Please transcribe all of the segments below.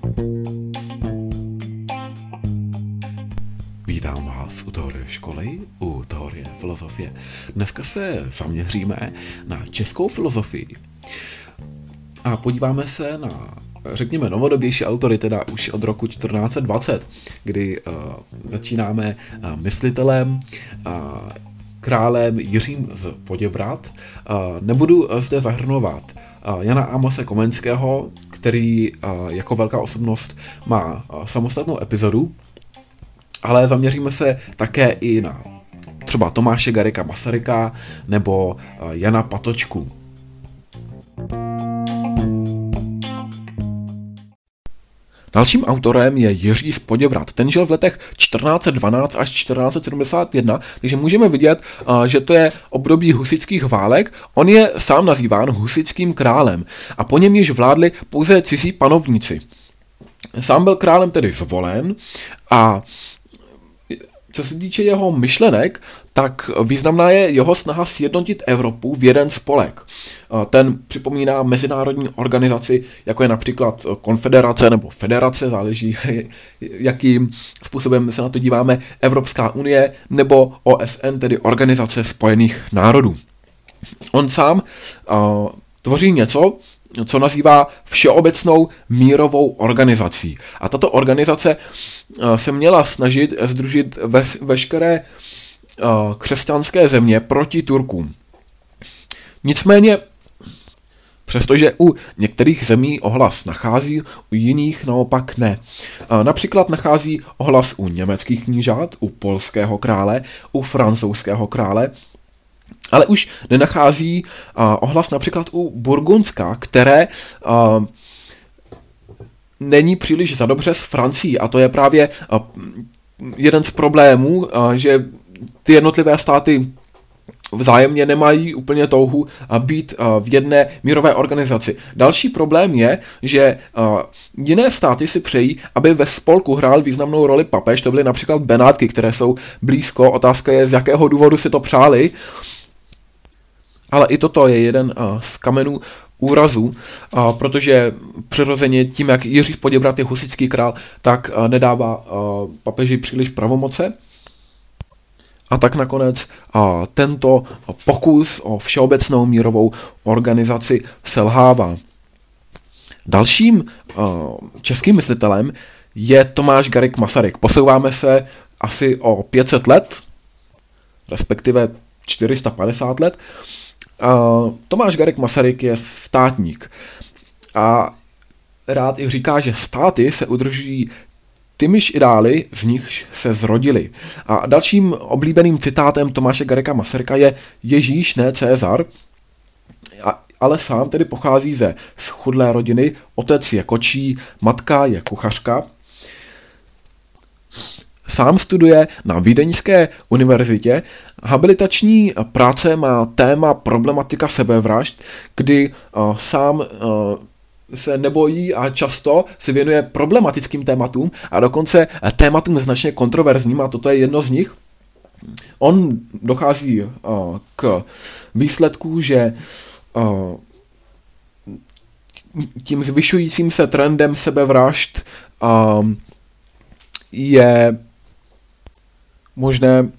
Vítám vás u teorie školy, u teorie filozofie. Dneska se zaměříme na českou filozofii a podíváme se na, řekněme, novodobější autory, teda už od roku 1420, kdy začínáme myslitelem, králem Jiřím z Poděbrad. Nebudu zde zahrnovat Jana Amose Komenského, který jako velká osobnost má samostatnou epizodu, ale zaměříme se také i na třeba Tomáše Garrigua Masaryka nebo Jana Patočku. Dalším autorem je Jiří z Poděbrad. Ten žil v letech 1412 až 1471, takže můžeme vidět, že to je období husitských válek. On je sám nazýván husitským králem a po něm již vládli pouze cizí panovníci. Sám byl králem tedy zvolen a co se týče jeho myšlenek, tak významná je jeho snaha sjednotit Evropu v jeden spolek. Ten připomíná mezinárodní organizaci, jako je například konfederace nebo federace, záleží, jakým způsobem se na to díváme, Evropská unie nebo OSN, tedy Organizace spojených národů. On sám tvoří něco, co nazývá Všeobecnou mírovou organizací. A tato organizace se měla snažit sdružit veškeré křesťanské země proti Turkům. Nicméně, přestože u některých zemí ohlas nachází, u jiných naopak ne. Například nachází ohlas u německých knížat, u polského krále, u francouzského krále, ale už nenachází ohlas například u Burgundska, které není příliš za dobře s Francií. A to je právě jeden z problémů, že ty jednotlivé státy vzájemně nemají úplně touhu být v jedné mírové organizaci. Další problém je, že jiné státy si přejí, aby ve spolku hrál významnou roli papež. To byly například Benátky, které jsou blízko. Otázka je, z jakého důvodu si to přáli. Ale i toto je jeden z kamenů úrazu, protože přirozeně tím, jak Jiří z Poděbrad je husitský král, tak nedává papeži příliš pravomoce. A tak nakonec tento pokus o všeobecnou mírovou organizaci selhává. Dalším českým myslitelem je Tomáš Garrigue Masaryk. Posouváme se asi o 500 let, respektive 450 let. Tomáš Garrigue Masaryk je státník a rád i říká, že státy se udržují tymiž ideály, z nichž se zrodili. A dalším oblíbeným citátem Tomáše Garrigua Masaryka je Ježíš, ne Cezar, ale sám tedy pochází ze schudlé rodiny, otec je kočí, matka je kuchařka. Sám studuje na Vídeňské univerzitě. Habilitační práce má téma problematika sebevražd, kdy sám se nebojí a často se věnuje problematickým tématům a dokonce tématům značně kontroverzním, a toto je jedno z nich. On dochází k výsledku, že tím zvyšujícím se trendem sebevražd je možné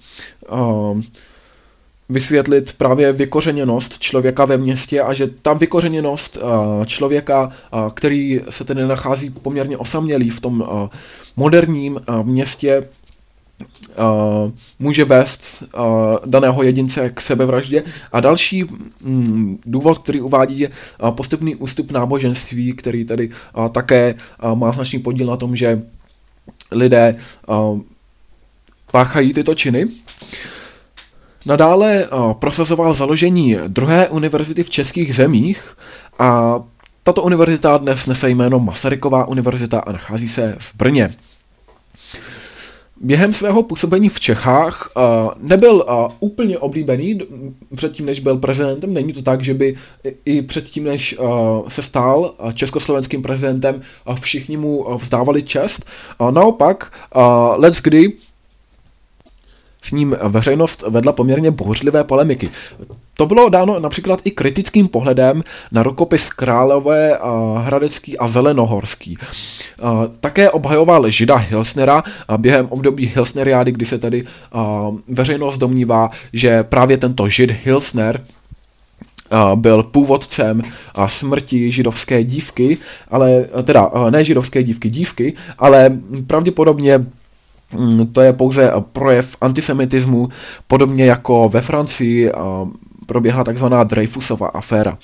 vysvětlit právě vykořeněnost člověka ve městě a že ta vykořeněnost člověka, který se tedy nachází poměrně osamělý v tom moderním městě, může vést daného jedince k sebevraždě. A další důvod, který uvádí, je postupný ústup náboženství, který tedy také má značný podíl na tom, že lidé páchají tyto činy. Nadále prosazoval založení druhé univerzity v českých zemích a tato univerzita dnes nese jméno Masarykova univerzita a nachází se v Brně. Během svého působení v Čechách nebyl úplně oblíbený předtím, než byl prezidentem. Není to tak, že by i předtím, než se stal československým prezidentem, všichni mu vzdávali čest. Naopak, leckdy s ním veřejnost vedla poměrně bouřlivé polemiky. To bylo dáno například i kritickým pohledem na rukopis Králové Hradecký a Zelenohorský. Také obhajoval Žida Hilsnera během období Hilsneriády, kdy se tedy veřejnost domnívá, že právě tento Žid Hilsner byl původcem smrti židovské dívky, ale teda ne židovské dívky, ale pravděpodobně to je pouze projev antisemitismu, podobně jako ve Francii proběhla takzvaná Dreyfusova aféra.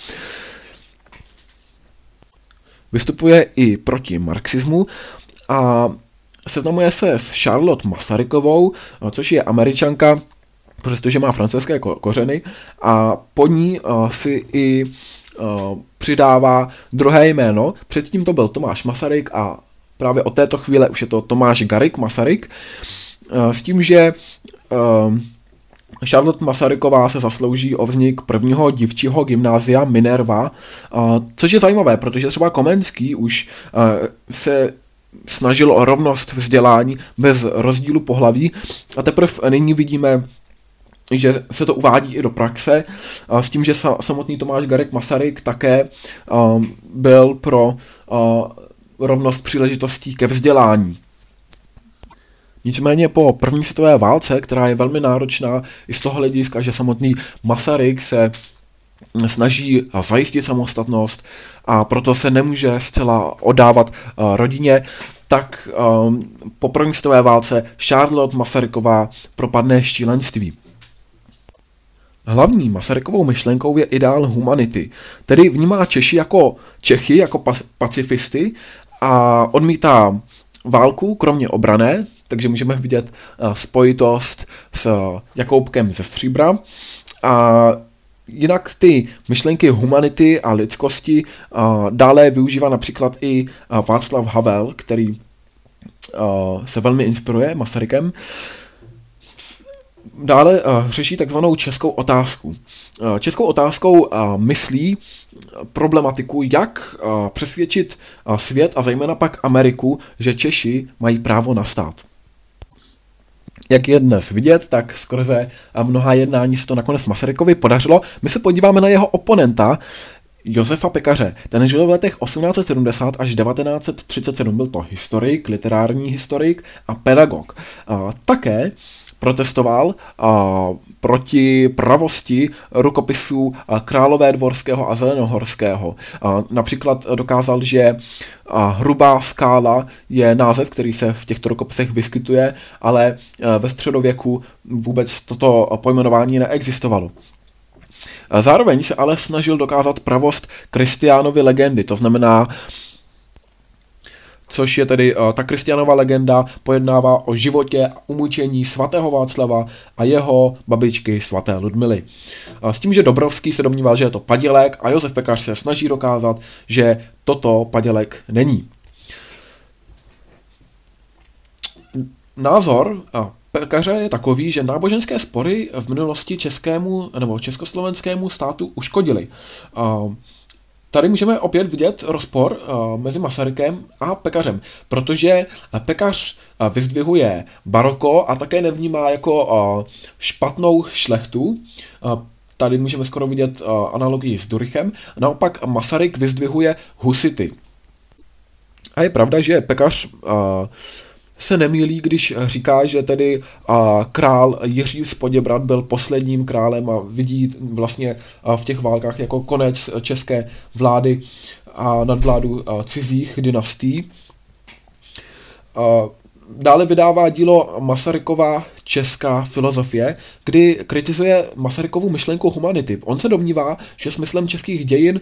Vystupuje i proti marxismu a seznamuje se s Charlotte Masarykovou, což je Američanka, přestože má francouzské kořeny, a po ní si i přidává druhé jméno. Předtím to byl Tomáš Masaryk a právě od této chvíle už je to Tomáš Garrigue Masaryk, s tím, že Charlotte Masaryková se zaslouží o vznik prvního dívčího gymnázia Minerva, což je zajímavé, protože třeba Komenský už se snažil o rovnost vzdělání bez rozdílu pohlaví a teprve nyní vidíme, že se to uvádí i do praxe, s tím, že samotný Tomáš Garrigue Masaryk také byl pro rovnost příležitostí ke vzdělání. Nicméně po první světové válce, která je velmi náročná i z toho hlediska, že samotný Masaryk se snaží zajistit samostatnost a proto se nemůže zcela oddávat rodině, tak po první světové válce Charlotte Masaryková propadne šílenství. Hlavní Masarykovou myšlenkou je ideál humanity, tedy vnímá Čechy jako pacifisty a odmítá válku, kromě obrané, takže můžeme vidět spojitost s Jakoubkem ze Stříbra. A jinak ty myšlenky humanity a lidskosti dále využívá například i Václav Havel, který se velmi inspiruje Masarykem. Dále řeší takzvanou českou otázku. Českou otázkou myslí problematiku, jak přesvědčit svět a zejména pak Ameriku, že Češi mají právo na stát. Jak je dnes vidět, tak skrze mnoha jednání se to nakonec Masarykovi podařilo. My se podíváme na jeho oponenta, Josefa Pekaře. Ten žil v letech 1870 až 1937, byl to historik, literární historik a pedagog. Také protestoval proti pravosti rukopisů Královédvorského a Zelenohorského. Například dokázal, že Hrubá skála je název, který se v těchto rukopisech vyskytuje, ale ve středověku vůbec toto pojmenování neexistovalo. Zároveň se ale snažil dokázat pravost Kristiánovy legendy, to znamená, což je tedy ta Kristiánova legenda, pojednává o životě a umučení svatého Václava a jeho babičky svaté Ludmily. S tím, že Dobrovský se domníval, že je to padělek a Josef Pekař se snaží dokázat, že toto padělek není. Názor Pekaře je takový, že náboženské spory v minulosti českému nebo československému státu uškodily. Tady můžeme opět vidět rozpor mezi Masarykem a Pekařem, protože Pekař vyzdvihuje baroko a také nevnímá jako špatnou šlechtu. Tady můžeme skoro vidět analogii s Durichem. Naopak Masaryk vyzdvihuje husity. A je pravda, že Pekař se nemýlí, když říká, že tedy král Jiří z Poděbrad byl posledním králem a vidí vlastně v těch válkách jako konec české vlády a nadvládu cizích dynastií. Dále vydává dílo Masarykova česká filozofie, kdy kritizuje Masarykovu myšlenku humanity. On se domnívá, že smyslem českých dějin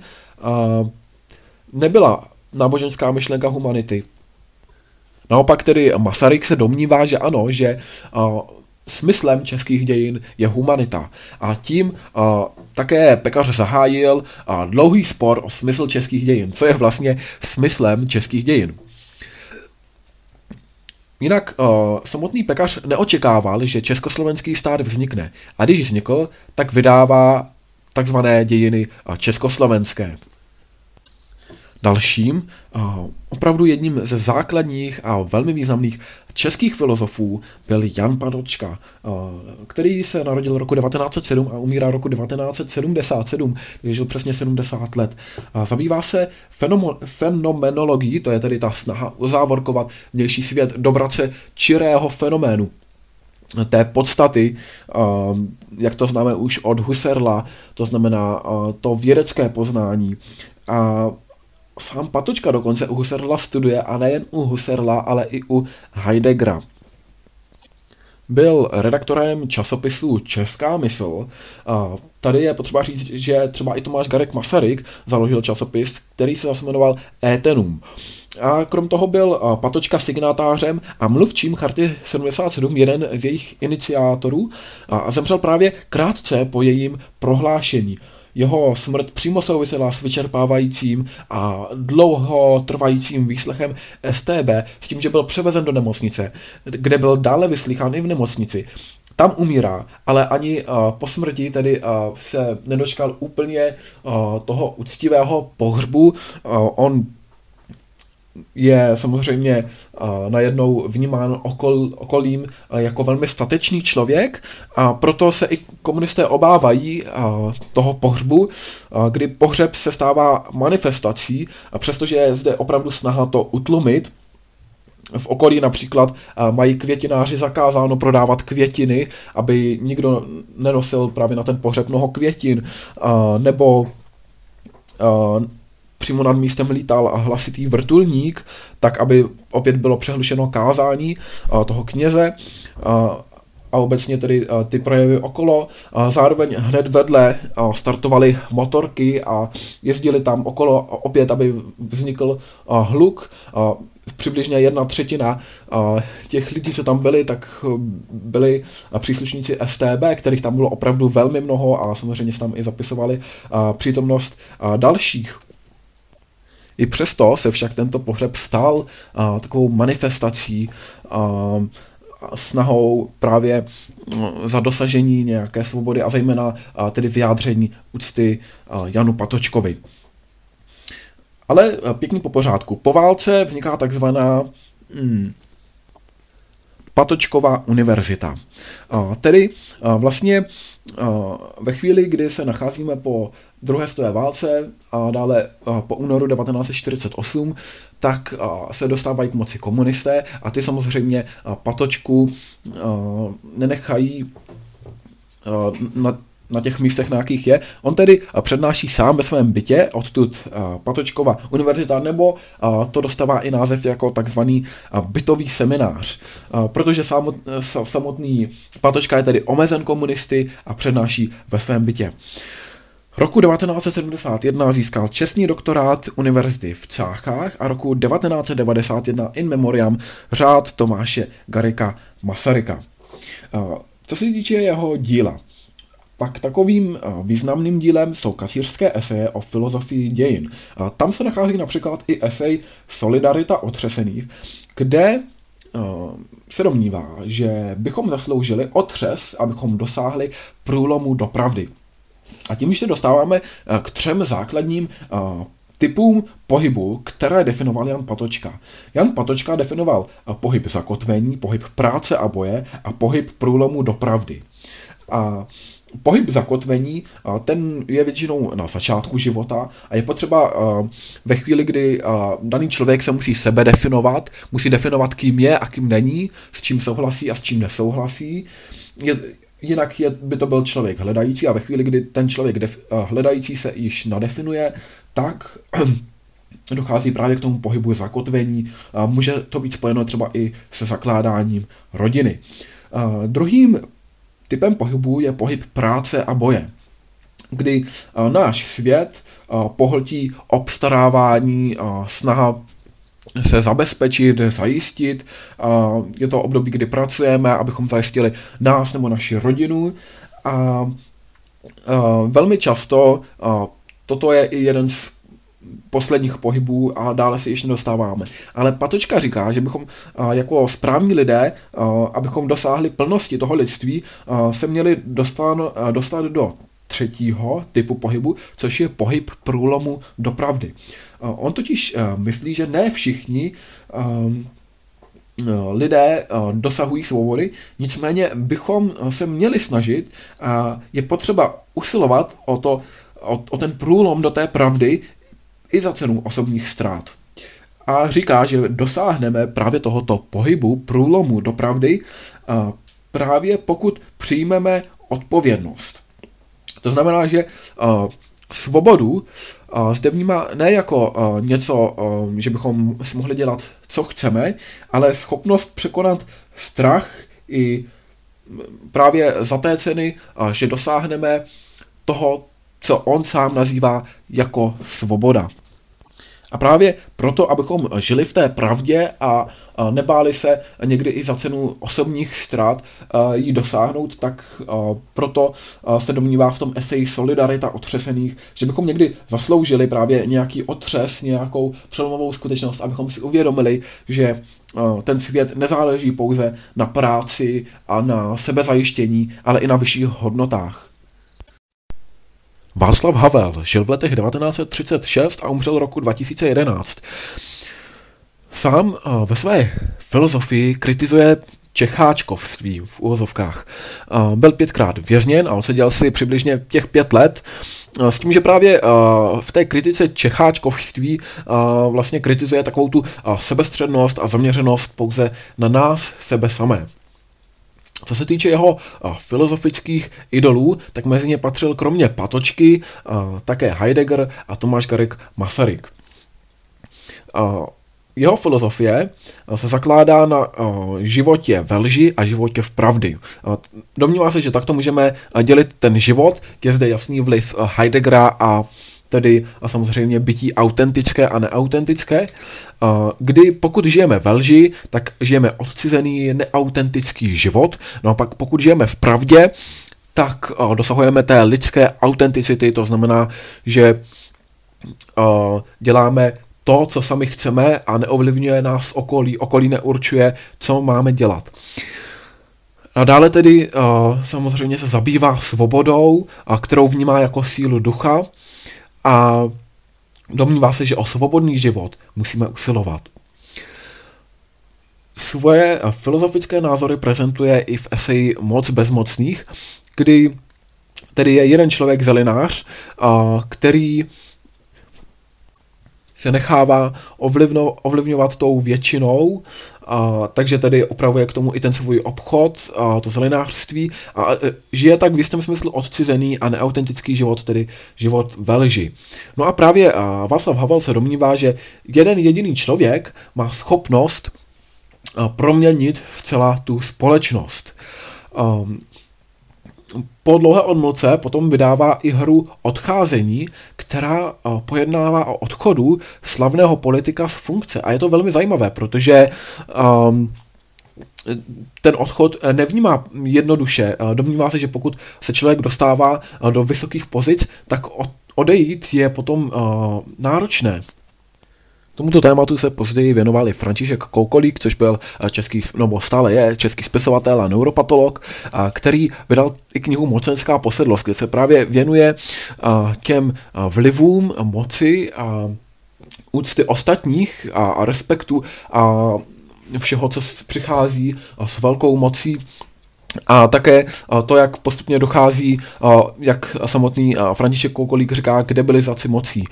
nebyla náboženská myšlenka humanity. Naopak tedy Masaryk se domnívá, že ano, že smyslem českých dějin je humanita. A tím také Pekař zahájil dlouhý spor o smysl českých dějin, co je vlastně smyslem českých dějin. Jinak samotný Pekař neočekával, že československý stát vznikne. A když vznikl, tak vydává takzvané dějiny československé. Dalším, opravdu jedním ze základních a velmi významných českých filozofů byl Jan Patočka, který se narodil roku 1907 a umírá roku 1977, takže žil přesně 70 let. Zabývá se fenomenologií, to je tedy ta snaha uzávorkovat vnější svět, dobrat se čirého fenoménu, té podstaty, jak to známe už od Husserla, to znamená to vědecké poznání. A sám Patočka dokonce u Husserla studuje, a nejen u Husserla, ale i u Heideggera. Byl redaktorem časopisu Česká mysl. Tady je potřeba říct, že třeba i Tomáš Garrigue Masaryk založil časopis, který se zase jmenoval Étenum. A krom toho byl Patočka signatářem a mluvčím Charty 77, jeden z jejich iniciátorů, a zemřel právě krátce po jejím prohlášení. Jeho smrt přímo souvisela s vyčerpávajícím a dlouho trvajícím výslechem STB s tím, že byl převezen do nemocnice, kde byl dále vyslýchán i v nemocnici. Tam umírá, ale ani po smrti tedy se nedočkal úplně toho uctivého pohřbu. On je samozřejmě najednou vnímán okolím jako velmi statečný člověk, a proto se i komunisté obávají toho pohřbu, kdy pohřeb se stává manifestací, a přestože je zde opravdu snaha to utlumit. V okolí například mají květináři zakázáno prodávat květiny, aby nikdo nenosil právě na ten pohřeb mnoho květin, nebo přímo nad místem lítal hlasitý vrtulník, tak aby opět bylo přehlušeno kázání toho kněze a obecně tedy ty projevy okolo. Zároveň hned vedle startovaly motorky a jezdili tam okolo opět, aby vznikl hluk. Přibližně 1/3 těch lidí, co tam byli, tak byli příslušníci STB, kterých tam bylo opravdu velmi mnoho, a samozřejmě se tam i zapisovali přítomnost dalších. I přesto se však tento pohřeb stal takovou manifestací, snahou právě za dosažení nějaké svobody a zejména tedy vyjádření úcty Janu Patočkovi. Ale pěkně po pořádku. Po válce vzniká takzvaná Patočkova univerzita. Tedy vlastně ve chvíli, kdy se nacházíme po druhé světové válce a dále po únoru 1948, tak se dostávají k moci komunisté a ty samozřejmě Patočku nenechají na těch místech, na jakých je. On tedy přednáší sám ve svém bytě, odtud Patočkova univerzita, nebo to dostává i název jako takzvaný bytový seminář, protože samotný Patočka je tedy omezen komunisty a přednáší ve svém bytě. Roku 1971 získal čestný doktorát univerzity v Cáchách a roku 1991 in memoriam řád Tomáše Garrigua Masaryka. Co se týče jeho díla, tak takovým významným dílem jsou kasířské eseje o filozofii dějin. Tam se nachází například i esej Solidarita otřesených, kde se domnívá, že bychom zasloužili otřes, abychom dosáhli průlomu do pravdy. A tím se dostáváme k 3 základním typům pohybu, které definoval Jan Patočka. Jan Patočka definoval pohyb zakotvení, pohyb práce a boje a pohyb průlomu do pravdy. A pohyb zakotvení, ten je většinou na začátku života a je potřeba ve chvíli, kdy daný člověk se musí sebe definovat, musí definovat, kým je a kým není, s čím souhlasí a s čím nesouhlasí. Jinak by to byl člověk hledající a ve chvíli, kdy ten člověk hledající se již nadefinuje, tak dochází právě k tomu pohybu zakotvení. Může to být spojeno třeba i se zakládáním rodiny. Druhým typem pohybu je pohyb práce a boje, kdy náš svět pohltí obstarávání, snaha se zabezpečit, zajistit. Je to období, kdy pracujeme, abychom zajistili nás nebo naši rodinu. A velmi často toto je i jeden z posledních pohybů a dále si ještě dostáváme. Ale Patočka říká, že bychom jako správní lidé, abychom dosáhli plnosti toho lidství, se měli dostat do třetího typu pohybu, což je pohyb průlomu do pravdy. On totiž myslí, že ne všichni lidé dosahují svobody, nicméně bychom se měli snažit a je potřeba usilovat o ten průlom do té pravdy i za cenu osobních ztrát. A říká, že dosáhneme právě tohoto pohybu, průlomu do pravdy, právě pokud přijmeme odpovědnost. To znamená, že svobodu zde vnímá ne jako něco, že bychom si mohli dělat, co chceme, ale schopnost překonat strach i právě za té ceny, že dosáhneme toho, co on sám nazývá jako svoboda. A právě proto, abychom žili v té pravdě a nebáli se někdy i za cenu osobních ztrát jí dosáhnout, tak proto se domnívá v tom eseji Solidarita otřesených, že bychom někdy zasloužili právě nějaký otřes, nějakou přelomovou skutečnost, abychom si uvědomili, že ten svět nezáleží pouze na práci a na sebezajištění, ale i na vyšších hodnotách. Václav Havel žil v letech 1936 a umřel roku 2011. Sám ve své filozofii kritizuje čecháčkovství v uvozovkách. Byl 5krát vězněn a odseděl si přibližně těch 5 let, s tím, že právě v té kritice čecháčkovství vlastně kritizuje takovou tu sebestřednost a zaměřenost pouze na nás, sebe samé. Co se týče jeho filozofických idolů, tak mezi ně patřil kromě Patočky také Heidegger a Tomáš Garrigue Masaryk. Jeho filozofie se zakládá na životě ve lži a životě v pravdy. Domnívá se, že takto můžeme dělit ten život, je zde jasný vliv Heideggera a tedy a samozřejmě bytí autentické a neautentické, kdy pokud žijeme ve lži, tak žijeme odcizený neautentický život, no a pak pokud žijeme v pravdě, tak dosahujeme té lidské autenticity, to znamená, že děláme to, co sami chceme a neovlivňuje nás okolí neurčuje, co máme dělat. A dále tedy samozřejmě se zabývá svobodou, kterou vnímá jako sílu ducha, a domnívá se, že o svobodný život musíme usilovat. Svoje filozofické názory prezentuje i v eseji Moc bezmocných, kdy tedy je jeden člověk zelinář, který se nechává ovlivňovat tou většinou, takže tedy opravuje k tomu i ten svůj obchod, to zelenářství a žije tak v jistém smyslu odcizený a neautentický život, tedy život ve lži. No a právě Václav Havel se domnívá, že jeden jediný člověk má schopnost proměnit celá tu společnost. Po dlouhé odmlce potom vydává i hru Odcházení, která pojednává o odchodu slavného politika z funkce. A je to velmi zajímavé, protože ten odchod nevnímá jednoduše. Domnívá se, že pokud se člověk dostává do vysokých pozic, tak odejít je potom náročné. Tomuto tématu se později věnoval i František Koukolík, což byl stále je český spisovatel a neuropatolog, který vydal i knihu Mocenská posedlost, kde se právě věnuje těm vlivům moci a úcty ostatních a respektu a všeho, co přichází s velkou mocí. A také to, jak postupně dochází, jak samotný František Koukolík říká, k debilizaci mocí.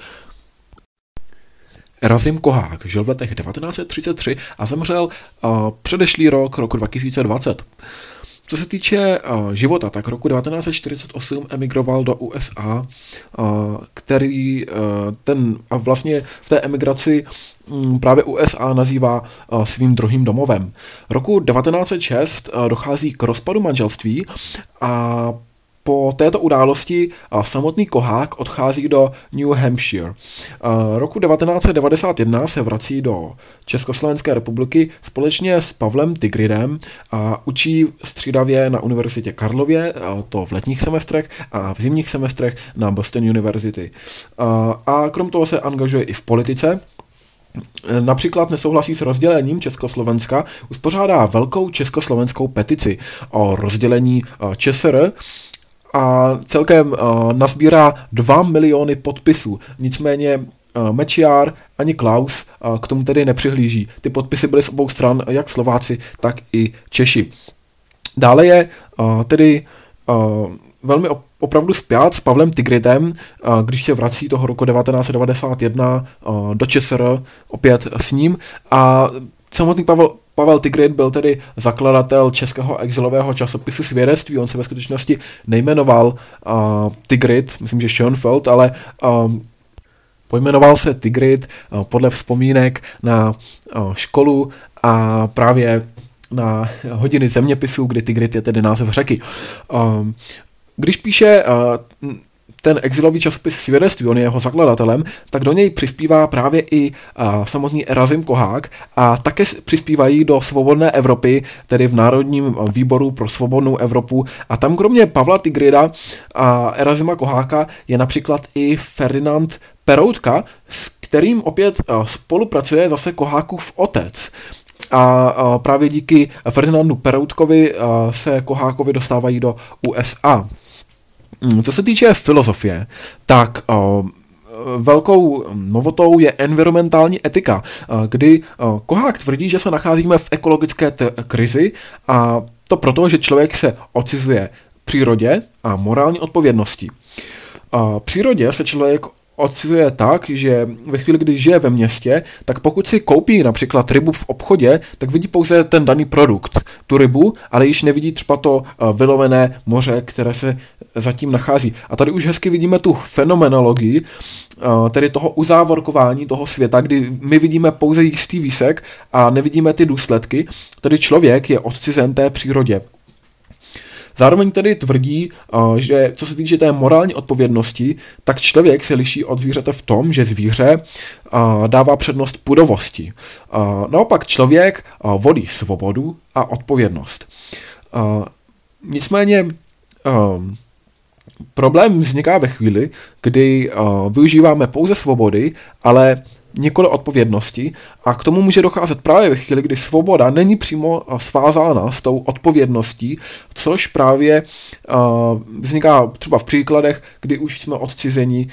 Razim Kohák žil v letech 1933 a zemřel předešlý roku 2020. Co se týče života, tak roku 1948 emigroval do USA, který vlastně v té emigraci právě USA nazývá svým druhým domovem. Roku 1906 dochází k rozpadu manželství a po této události samotný Kohák odchází do New Hampshire. Roku 1991 se vrací do Československé republiky společně s Pavlem Tigridem a učí střídavě na Univerzitě Karlově, to v letních semestrech a v zimních semestrech na Boston University. A krom toho se angažuje i v politice. Například nesouhlasí s rozdělením Československa, uspořádá velkou československou petici o rozdělení ČSR a celkem nazbírá 2 miliony podpisů. Nicméně Mečiar ani Klaus k tomu tedy nepřihlíží. Ty podpisy byly z obou stran, jak Slováci, tak i Češi. Dále je tedy velmi opravdu spjat s Pavlem Tigritem, když se vrací toho roku 1991 do ČSR opět s ním. A samotný Pavel Tigrit byl tedy zakladatel českého exilového časopisu Svědectví. On se ve skutečnosti nejmenoval Tigrit, myslím, že Schoenfeld, ale pojmenoval se Tigrit podle vzpomínek na školu a právě na hodiny zeměpisů, kdy Tigrit je tedy název řeky. Když píše ten exilový časopis Svědectví, on je jeho zakladatelem, tak do něj přispívá právě i samotný Erazim Kohák a také přispívají do Svobodné Evropy, tedy v Národním výboru pro svobodnou Evropu. A tam kromě Pavla Tigrida a Erazima Koháka je například i Ferdinand Peroutka, s kterým opět spolupracuje zase Kohákův otec. A právě díky Ferdinandu Peroutkovi se Kohákovi dostávají do USA. Co se týče filozofie, tak velkou novotou je environmentální etika, kdy Kohák tvrdí, že se nacházíme v ekologické krizi a to proto, že člověk se odcizuje přírodě a morální odpovědnosti. Přírodě se člověk odcizuje tak, že ve chvíli, kdy žije ve městě, tak pokud si koupí například rybu v obchodě, tak vidí pouze ten daný produkt, tu rybu, ale již nevidí třeba to vylovené moře, které se zatím nachází. A tady už hezky vidíme tu fenomenologii, tedy toho uzávorkování toho světa, kdy my vidíme pouze jistý výsek a nevidíme ty důsledky, tedy člověk je odcizen té přírodě. Zároveň tedy tvrdí, že co se týče té morální odpovědnosti, tak člověk se liší od zvířete v tom, že zvíře dává přednost pudovosti. Naopak člověk volí svobodu a odpovědnost. Nicméně problém vzniká ve chvíli, kdy využíváme pouze svobody, ale nikoli odpovědnosti a k tomu může docházet právě ve chvíli, kdy svoboda není přímo svázána s tou odpovědností, což právě vzniká třeba v příkladech, kdy už jsme odcizeni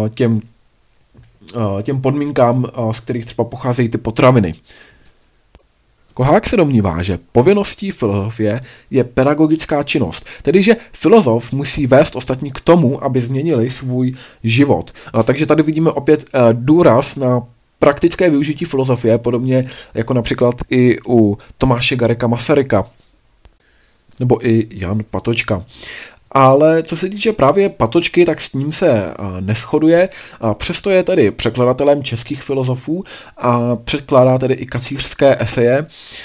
těm podmínkám, z kterých třeba pocházejí ty potraviny. Kohák se domnívá, že povinností filozofie je pedagogická činnost, tedy že filozof musí vést ostatní k tomu, aby změnili svůj život. Takže tady vidíme opět důraz na praktické využití filozofie, podobně jako například i u Tomáše Garrigua Masaryka nebo i Jan Patočka. Ale co se týče právě Patočky, tak s ním se neshoduje, přesto je tedy překladatelem českých filozofů a překládá tedy i kacířské eseje.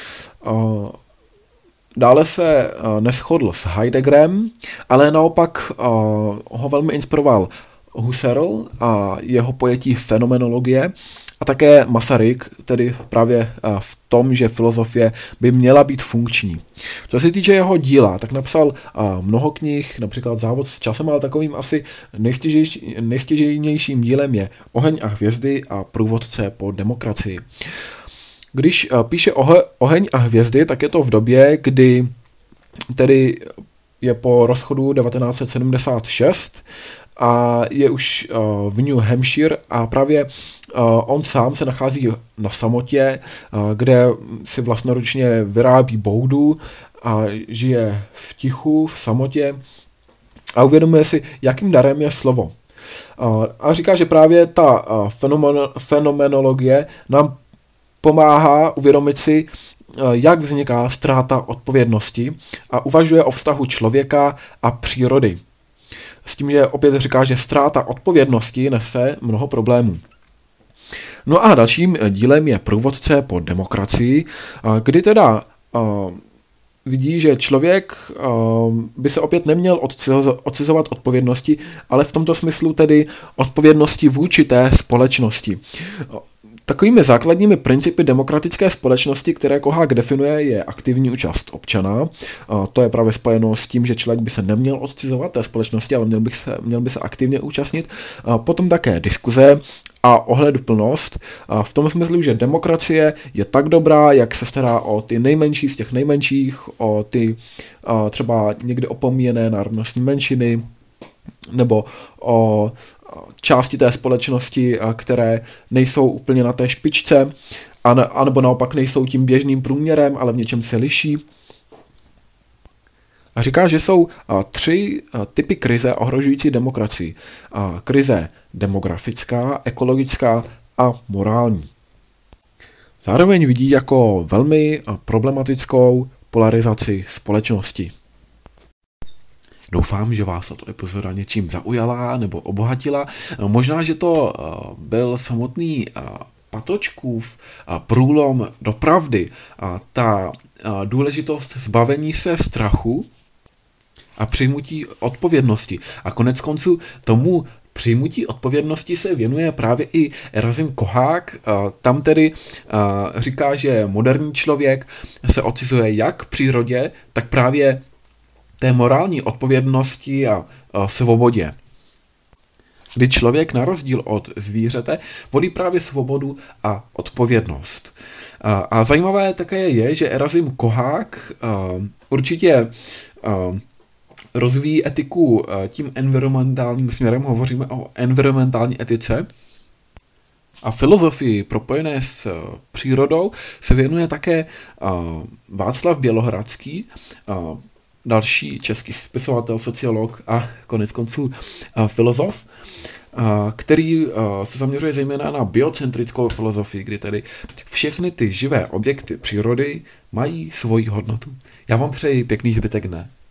Dále se neshodl s Heideggerem, ale naopak ho velmi inspiroval Husserl a jeho pojetí fenomenologie a také Masaryk, tedy právě v tom, že filozofie by měla být funkční. Co se týče jeho díla, tak napsal mnoho knih, například Závod s časem, ale takovým asi nejstěžejnějším dílem je Oheň a hvězdy a Průvodce po demokracii. Když píše Oheň a hvězdy, tak je to v době, kdy tedy je po rozchodu 1976 a je už v New Hampshire a právě on sám se nachází na samotě, kde si vlastnoručně vyrábí boudu a žije v tichu, v samotě a uvědomuje si, jakým darem je slovo. A říká, že právě ta fenomenologie nám pomáhá uvědomit si, jak vzniká ztráta odpovědnosti a uvažuje o vztahu člověka a přírody. S tím, že opět říká, že ztráta odpovědnosti nese mnoho problémů. No a dalším dílem je Průvodce po demokracii, kdy teda vidí, že člověk by se opět neměl odcizovat odpovědnosti, ale v tomto smyslu tedy odpovědnosti vůči té společnosti. Takovými základními principy demokratické společnosti, které Kohák definuje, je aktivní účast občana. To je právě spojeno s tím, že člověk by se neměl odcizovat té společnosti, ale měl by se aktivně účastnit. Potom také diskuze a ohleduplnost v tom smyslu, že demokracie je tak dobrá, jak se stará o ty nejmenší z těch nejmenších, o ty třeba někde opomíjené národnostní menšiny, nebo o části té společnosti, které nejsou úplně na té špičce, anebo naopak nejsou tím běžným průměrem, ale v něčem se liší. A říká, že jsou 3 typy krize ohrožující demokracii. Krize demografická, ekologická a morální. Zároveň vidí jako velmi problematickou polarizaci společnosti. Doufám, že vás tato epizoda něčím zaujala nebo obohatila. Možná, že to byl samotný Patočkův průlom do pravdy, ta důležitost zbavení se strachu a přijmutí odpovědnosti. A konec konců tomu přijmutí odpovědnosti se věnuje právě i Erazim Kohák. Tam tedy říká, že moderní člověk se odcizuje jak v přírodě, tak právě té morální odpovědnosti a svobodě. Kdy člověk na rozdíl od zvířete volí právě svobodu a odpovědnost. A zajímavé také je, že Erazim Kohák určitě rozvíjí etiku tím environmentálním směrem, hovoříme o environmentální etice. A filozofii propojené s přírodou se věnuje také Václav Bělohradský, další český spisovatel, sociolog a konec konců filozof, který se zaměřuje zejména na biocentrickou filozofii, kdy tedy všechny ty živé objekty přírody mají svoji hodnotu. Já vám přeji pěkný zbytek dne.